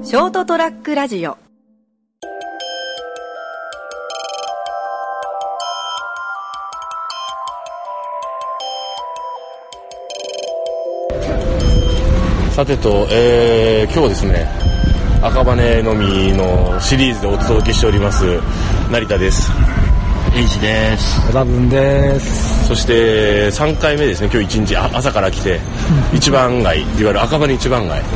ショートトラックラジオ。 さてと、今日はですね、赤羽のみのシリーズでお届けしております成田です。 エイジです。 小田文です。 そして3回目ですね。今日一日朝から来て一番街、いわゆる赤羽一番街、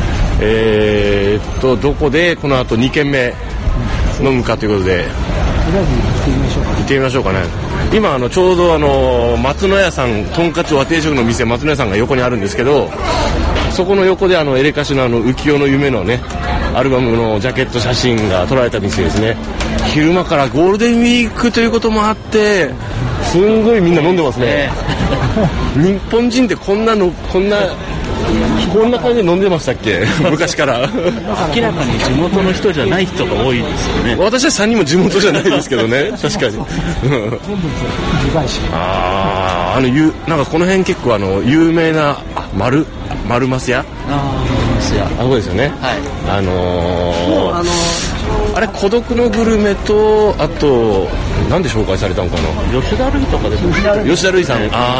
どこでこの後2軒目飲むかということで、 とりあえず行ってみましょうかね。 今ちょうど松野屋さん、とんかつ和定食の店松野屋さんが横にあるんですけど、そこの横でエレカシの浮世の夢のねアルバムのジャケット写真が撮られた店ですね。昼間からゴールデンウィークということもあってすんごいみんな飲んでますね。日本人ってこんな感じで飲んでましたっけ昔から明らかに地元の人じゃない人が多いですよね。 私は3人も地元じゃないですけどね確かになんかこの辺結構有名な丸ます屋、そうですよね。 はい。 あれ孤独のグルメとあと何で紹介されたのかな。 吉田類とかでも吉田類さん、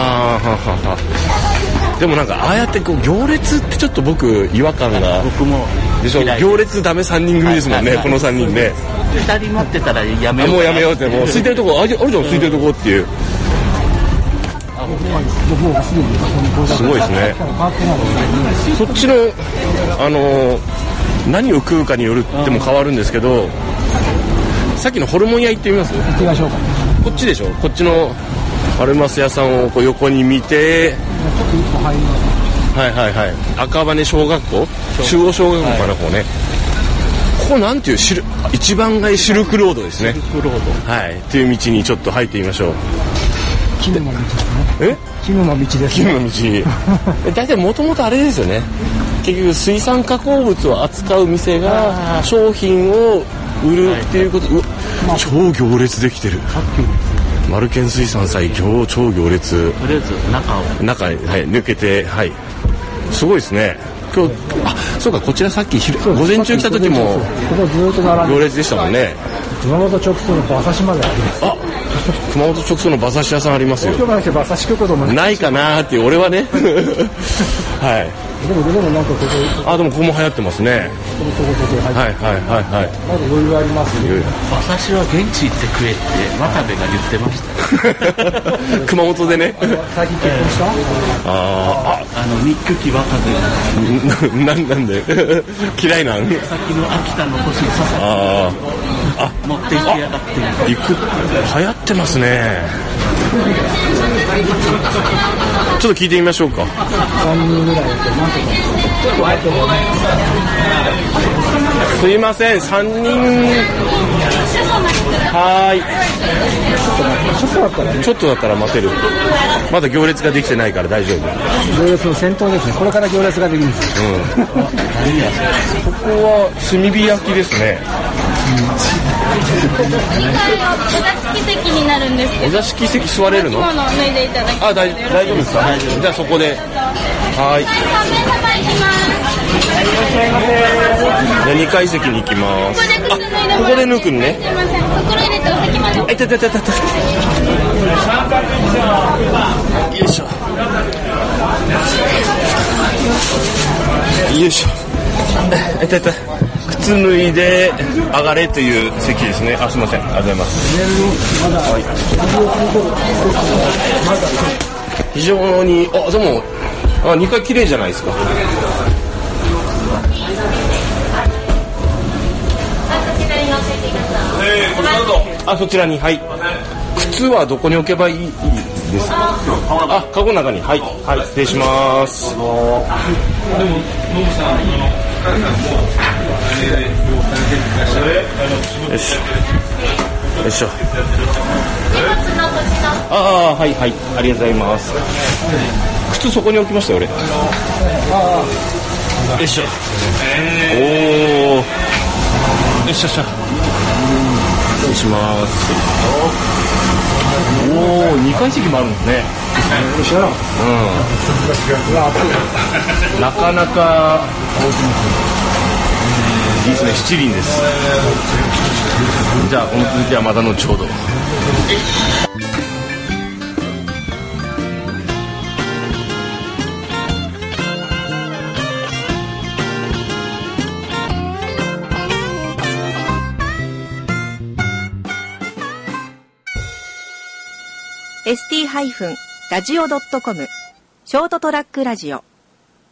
でもなんかああやって行列ってちょっと僕違和感が、 僕もでしょ。行列ダメ3人組ですもんね、この3人ね。 2人待ってたらやめよう、 もうやめようって、もう空いてるとこあるじゃん、空いてるとこっていう。すごいですね。そっちの何を食うかによるっても変わるんですけど、さっきのホルモン屋行ってみます？ 行ってみましょうか。 こっちでしょ。こっちのアルマス屋さんを横に見て、はいはいはい、赤羽小学校、中央小学校かな、ここね。ここなんていう一番街シルクロードですね。 シルクロード、 はい、っていう道にちょっと入ってみましょう。 絹の道ですね。絹の道ですね。 絹の道。大体もともとあれですよね。結局水産加工物を扱う店が商品を売るっていうこと、超行列できてる。マルケン水産祭超行列。 とりあえず中に、はい、抜けて、はい、すごいですね。今日そうか、こちらさっき午前中来た時も行列でしたもんね。 熊本直送の馬刺しまであります。 熊本直送の馬刺し屋さんありますよ。 東京から来て馬刺し食うこともないかなーっていう、俺はねはい。 でもなんかでもここも流行ってますね。はいはいはいはい。 まだ余裕ありますね。 馬刺しは現地行って食えって渡部が言ってました熊本でね。 最近結婚した？ ミックキ渡部なんで嫌いなん？ さっきの秋田の星に刺さって持っていきやがって。 流行ってますね。ちょっと聞いてみましょうか。 3人ぐらいなんとか。 すいません、3人。ちょっとだったら待てる。まだ行列ができてないから大丈夫。 行列の先頭ですね。これから行列ができるんですよ。 ここは炭火焼きですね。 お座敷席になるんですけど。 お座敷席座れるの？ 脱いでいただきます。 大丈夫ですか？じゃあそこで。はい。じゃあ2階席に行きます。ここで抜くんね。 すいません。袋入れてお席まで。 よいしょ。よいしょ。靴脱いで上がれという席ですね。すみません、ありがとうございます。はい、非常にでも2階綺麗じゃないですか。そちらに、はい。靴はどこに置けばいいですか？カゴの中に、はい、はい、失礼します。でもノブさんよいしょよいしょ。はいはい、ありがとうございます。靴そこに置きましたよ、俺。よいしょ。よいしょしょ。失礼します。2階席もあるんですね。なかなかいですね、七輪です。じゃあこの続きはまた後ほど。 ST-radio.com ショートトラックラジオ